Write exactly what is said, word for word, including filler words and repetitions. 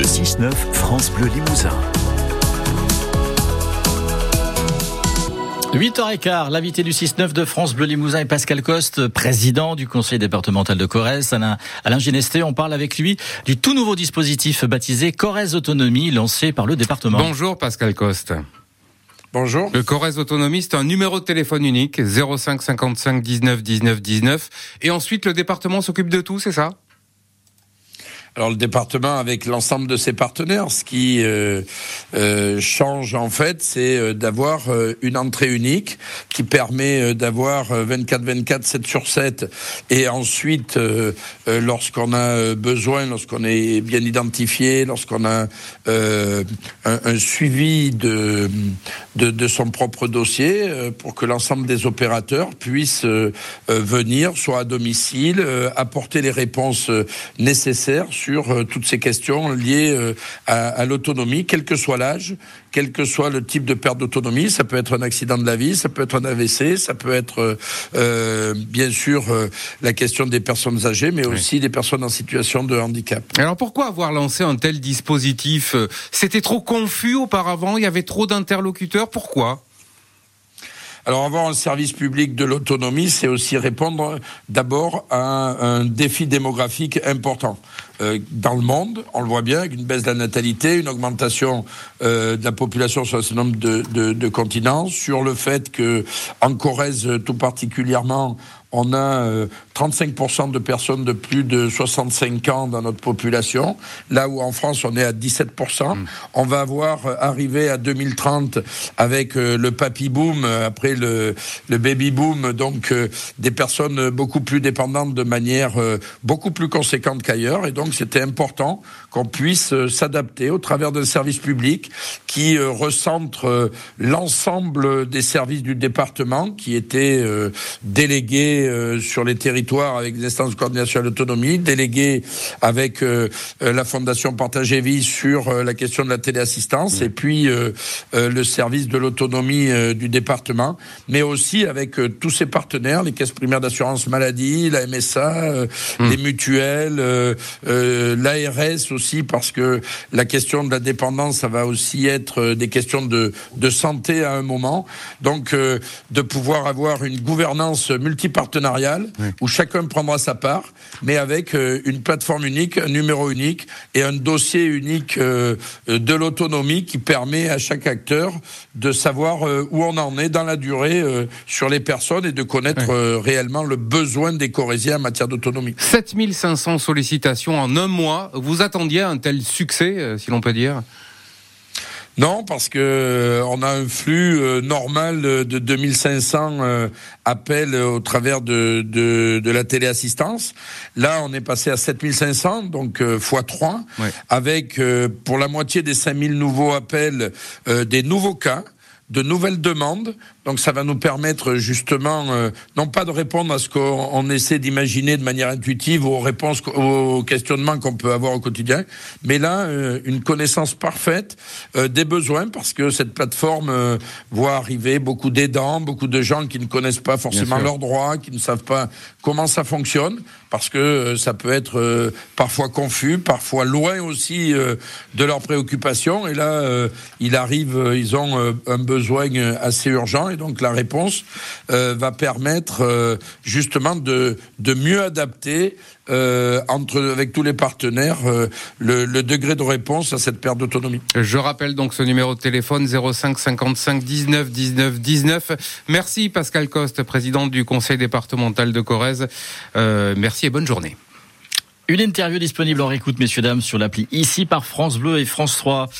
Le six neuf France Bleu Limousin. huit heures quinze, l'invité du six neuf de France Bleu Limousin est Pascal Coste, président du conseil départemental de Corrèze. Alain, Alain Genesté, on parle avec lui du tout nouveau dispositif baptisé Corrèze Autonomie, lancé par le département. Bonjour Pascal Coste. Bonjour. Le Corrèze Autonomie, c'est un numéro de téléphone unique, zéro cinq cinquante-cinq dix-neuf dix-neuf dix-neuf. Et ensuite, le département s'occupe de tout, c'est ça ? Alors le département avec l'ensemble de ses partenaires, ce qui euh, euh, change en fait, c'est euh, d'avoir euh, une entrée unique qui permet euh, d'avoir euh, vingt-quatre vingt-quatre, sept sur sept, et ensuite euh, euh, lorsqu'on a besoin, lorsqu'on est bien identifié, lorsqu'on a euh, un, un suivi de, de de son propre dossier, euh, pour que l'ensemble des opérateurs puissent euh, euh, venir, soit à domicile, euh, apporter les réponses euh, nécessaires sur euh, toutes ces questions liées euh, à, à l'autonomie, quel que soit l'âge, quel que soit le type de perte d'autonomie. Ça peut être un accident de la vie, ça peut être un A V C, ça peut être euh, euh, bien sûr euh, la question des personnes âgées, mais oui. aussi des personnes en situation de handicap. Alors pourquoi avoir lancé un tel dispositif ? C'était trop confus auparavant, il y avait trop d'interlocuteurs, pourquoi ? Alors avoir un service public de l'autonomie, c'est aussi répondre d'abord à un, un défi démographique important. Euh, dans le monde, on le voit bien, avec une baisse de la natalité, une augmentation euh, de la population sur un certain nombre de, de, de continents, sur le fait que en Corrèze tout particulièrement, on a euh, trente-cinq pour cent de personnes de plus de soixante-cinq ans dans notre population, là où en France on est à dix-sept pour cent. Mmh. On va avoir euh, arrivé à deux mille trente avec euh, le papy boom, euh, après le, le baby boom, donc euh, des personnes beaucoup plus dépendantes de manière euh, beaucoup plus conséquente qu'ailleurs, et donc c'était important qu'on puisse euh, s'adapter au travers d'un service public qui euh, recentre euh, l'ensemble des services du département qui étaient euh, délégués Euh, sur les territoires avec des instances de coordination à l'autonomie, délégués avec euh, euh, la Fondation Partager Vie sur euh, la question de la téléassistance, mmh. et puis euh, euh, le service de l'autonomie euh, du département, mais aussi avec euh, tous ses partenaires, les caisses primaires d'assurance maladie, la M S A, euh, mmh. les mutuelles, euh, euh, l'A R S aussi, parce que la question de la dépendance, ça va aussi être euh, des questions de, de santé à un moment. Donc, euh, de pouvoir avoir une gouvernance multipartenariale oui. où chacun prendra sa part, mais avec euh, une plateforme unique, un numéro unique et un dossier unique euh, de l'autonomie qui permet à chaque acteur de savoir euh, où on en est dans la durée euh, sur les personnes et de connaître oui. euh, réellement le besoin des Corréziens en matière d'autonomie. sept mille cinq cents sollicitations en un mois. Vous attendiez un tel succès, euh, si l'on peut dire ? Non, parce que euh, on a un flux euh, normal de deux mille cinq cents euh, appels au travers de, de de la téléassistance. Là, on est passé à sept mille cinq cents, donc euh, fois trois, ouais. avec euh, pour la moitié des cinq mille nouveaux appels, euh, des nouveaux cas, de nouvelles demandes. Donc ça va nous permettre justement, euh, non pas de répondre à ce qu'on on essaie d'imaginer de manière intuitive aux réponses, aux questionnements qu'on peut avoir au quotidien, mais là, euh, une connaissance parfaite euh, des besoins, parce que cette plateforme euh, voit arriver beaucoup d'aidants, beaucoup de gens qui ne connaissent pas forcément leurs droits, qui ne savent pas comment ça fonctionne, parce que euh, ça peut être euh, parfois confus, parfois loin aussi euh, de leurs préoccupations, et là, euh, il arrive, euh, ils ont euh, un besoin assez urgent, et donc la réponse euh, va permettre euh, justement de, de mieux adapter euh, entre, avec tous les partenaires euh, le, le degré de réponse à cette perte d'autonomie. Je rappelle donc ce numéro de téléphone zéro cinq cinquante-cinq dix-neuf dix-neuf dix-neuf. Merci Pascal Coste, président du conseil départemental de Corrèze. Euh, merci et bonne journée. Une interview disponible en réécoute, messieurs, dames, sur l'appli Ici par France Bleu et France trois.